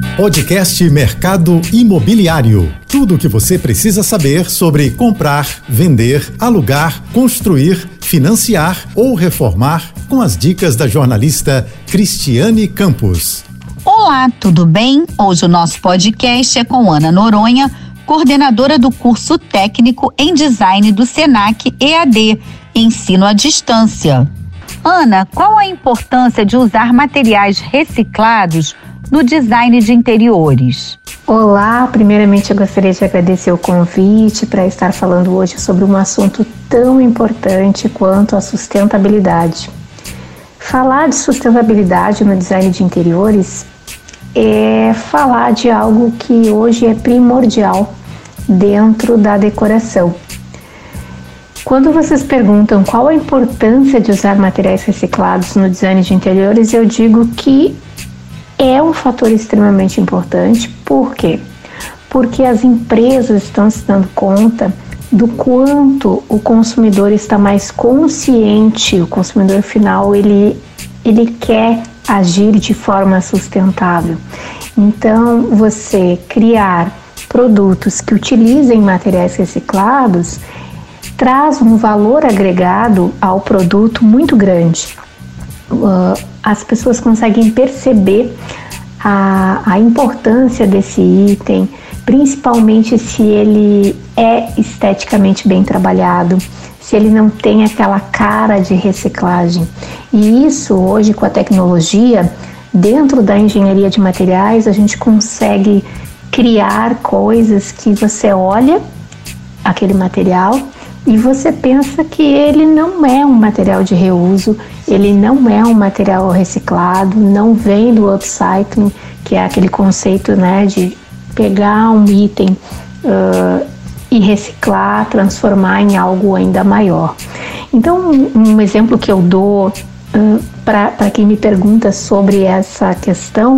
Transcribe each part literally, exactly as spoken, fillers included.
Podcast Mercado Imobiliário. Tudo o que você precisa saber sobre comprar, vender, alugar, construir, financiar ou reformar com as dicas da jornalista Cristiane Campos. Olá, tudo bem? Hoje o nosso podcast é com Ana Noronha, coordenadora do curso técnico em design do Senac E A D, Ensino à Distância. Ana, qual a importância de usar materiais reciclados no design de interiores? Olá, primeiramente eu gostaria de agradecer o convite para estar falando hoje sobre um assunto tão importante quanto a sustentabilidade. Falar de sustentabilidade no design de interiores é falar de algo que hoje é primordial dentro da decoração. Quando vocês perguntam qual a importância de usar materiais reciclados no design de interiores, eu digo que é um fator extremamente importante. Por quê? Porque as empresas estão se dando conta do quanto o consumidor está mais consciente, o consumidor final, ele, ele quer agir de forma sustentável. Então, você criar produtos que utilizem materiais reciclados traz um valor agregado ao produto muito grande. Uh, as pessoas conseguem perceber a, a importância desse item, principalmente se ele é esteticamente bem trabalhado, se ele não tem aquela cara de reciclagem. E isso hoje, com a tecnologia, dentro da engenharia de materiais, a gente consegue criar coisas que você olha aquele material e você pensa que ele não é um material de reuso, ele não é um material reciclado, não vem do upcycling, que é aquele conceito, né, de pegar um item uh, e reciclar, transformar em algo ainda maior. Então, um, um exemplo que eu dou uh, para quem me pergunta sobre essa questão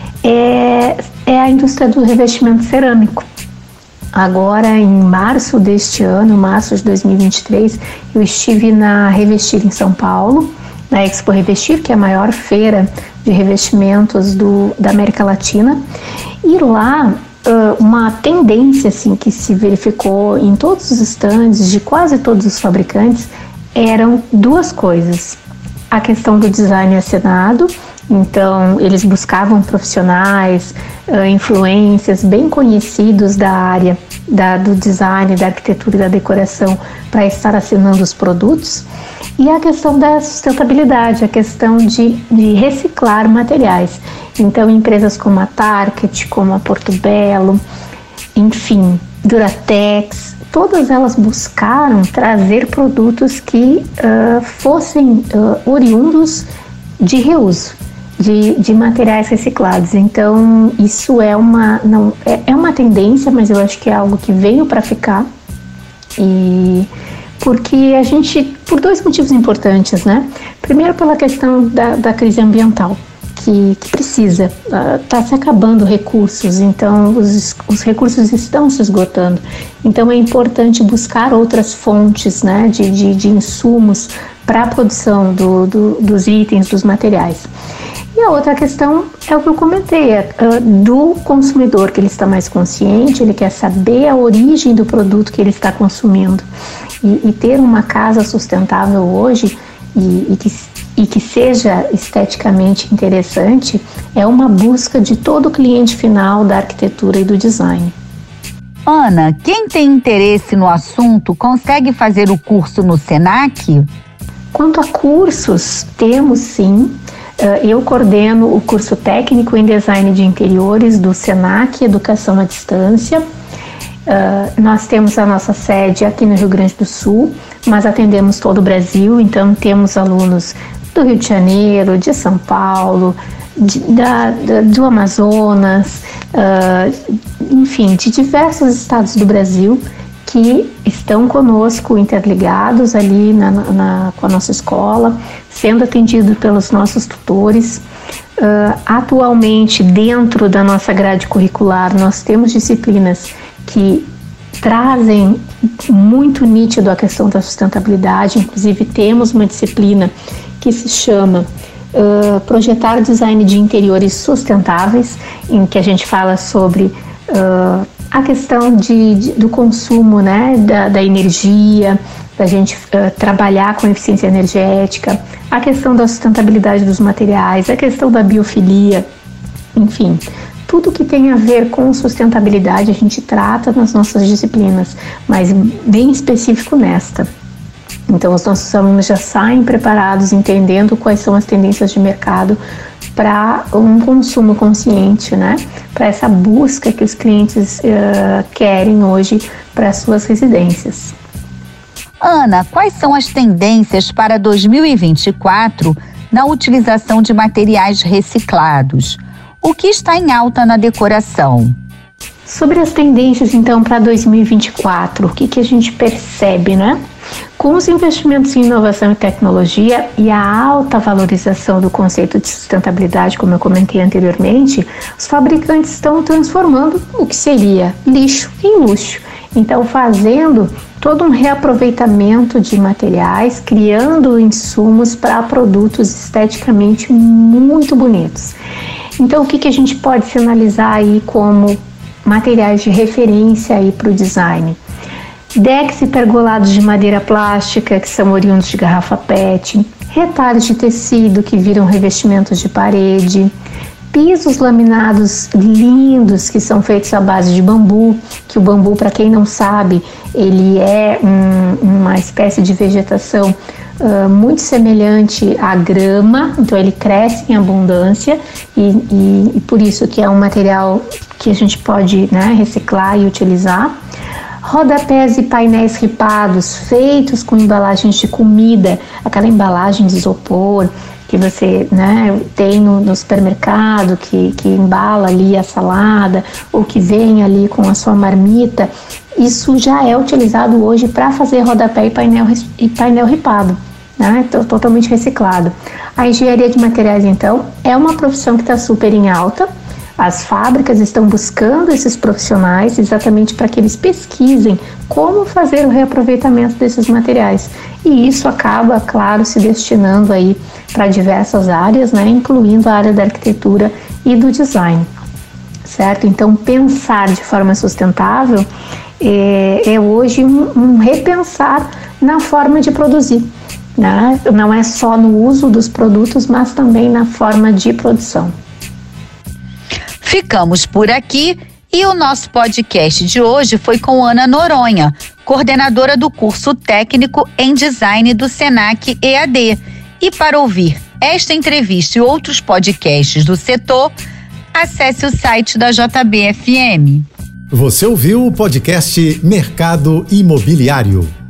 é, é a indústria do revestimento cerâmico. Agora, em março deste ano, março de dois mil e vinte e três, eu estive na Revestir em São Paulo, na Expo Revestir, que é a maior feira de revestimentos do, da América Latina, e lá uh, uma tendência assim, que se verificou em todos os estandes de quase todos os fabricantes eram duas coisas: a questão do design assinado. Então, eles buscavam profissionais, uh, influências bem conhecidos da área da, do design, da arquitetura e da decoração para estar assinando os produtos. E a questão da sustentabilidade, a questão de, de reciclar materiais. Então, empresas como a Target, como a Porto Belo, enfim, Duratex, todas elas buscaram trazer produtos que uh, fossem uh, oriundos de reuso. De, de materiais reciclados. Então, isso é uma, não, é, é uma tendência, mas eu acho que é algo que veio para ficar. E porque a gente, por dois motivos importantes, né? Primeiro, pela questão da, da crise ambiental, que, que precisa, está uh, se acabando recursos, então os, os recursos estão se esgotando. Então, é importante buscar outras fontes, né, de, de, de insumos para a produção do, do, dos itens, dos materiais. E a outra questão é o que eu comentei, é, uh, do consumidor, que ele está mais consciente, ele quer saber a origem do produto que ele está consumindo. E, e ter uma casa sustentável hoje e, e, que, e que seja esteticamente interessante é uma busca de todo o cliente final da arquitetura e do design. Ana, quem tem interesse no assunto consegue fazer o curso no Senac? Quanto a cursos, temos sim. Eu coordeno o curso técnico em design de interiores do Senac Educação à Distância. Nós temos a nossa sede aqui no Rio Grande do Sul, mas atendemos todo o Brasil, então temos alunos do Rio de Janeiro, de São Paulo, de, da, da, do Amazonas, enfim, de diversos estados do Brasil que estão conosco, interligados ali na, na, com a nossa escola, sendo atendido pelos nossos tutores. Uh, atualmente, dentro da nossa grade curricular, nós temos disciplinas que trazem muito nítido a questão da sustentabilidade. Inclusive, temos uma disciplina que se chama uh, projetar design de interiores sustentáveis, em que a gente fala sobre uh, a questão de, de, do consumo, né, da, da energia, da gente uh, trabalhar com eficiência energética, a questão da sustentabilidade dos materiais, a questão da biofilia, enfim, tudo que tem a ver com sustentabilidade a gente trata nas nossas disciplinas, mas bem específico nesta. Então, os nossos alunos já saem preparados, entendendo quais são as tendências de mercado para um consumo consciente, né? Para essa busca que os clientes uh, querem hoje para as suas residências. Ana, quais são as tendências para dois mil e vinte e quatro na utilização de materiais reciclados? O que está em alta na decoração? Sobre as tendências, então, para dois mil e vinte e quatro, o que, que a gente percebe, né? Com os investimentos em inovação e tecnologia e a alta valorização do conceito de sustentabilidade, como eu comentei anteriormente, os fabricantes estão transformando o que seria lixo em luxo. Então, fazendo todo um reaproveitamento de materiais, criando insumos para produtos esteticamente muito bonitos. Então, o que, que a gente pode sinalizar aí como materiais de referência aí para o design? Decks e pergolados de madeira plástica, que são oriundos de garrafa P E T, retalhos de tecido que viram revestimentos de parede, pisos laminados lindos que são feitos à base de bambu, que o bambu, para quem não sabe, ele é um, uma espécie de vegetação uh, muito semelhante à grama, então ele cresce em abundância e, e, e por isso que é um material que a gente pode, né, reciclar e utilizar. Rodapés e painéis ripados feitos com embalagens de comida, aquela embalagem de isopor que você, né, tem no, no supermercado, que, que embala ali a salada, ou que vem ali com a sua marmita, isso já é utilizado hoje para fazer rodapé e painel, e painel ripado, né, totalmente reciclado. A engenharia de materiais, então, é uma profissão que está super em alta. As fábricas estão buscando esses profissionais exatamente para que eles pesquisem como fazer o reaproveitamento desses materiais. E isso acaba, claro, se destinando aí para diversas áreas, né, incluindo a área da arquitetura e do design, certo? Então, pensar de forma sustentável é, é hoje um, um repensar na forma de produzir, né? Não é só no uso dos produtos, mas também na forma de produção. Ficamos por aqui e o nosso podcast de hoje foi com Ana Noronha, coordenadora do curso técnico em design do Senac E A D. E para ouvir esta entrevista e outros podcasts do setor, acesse o site da J B F M. Você ouviu o podcast Mercado Imobiliário.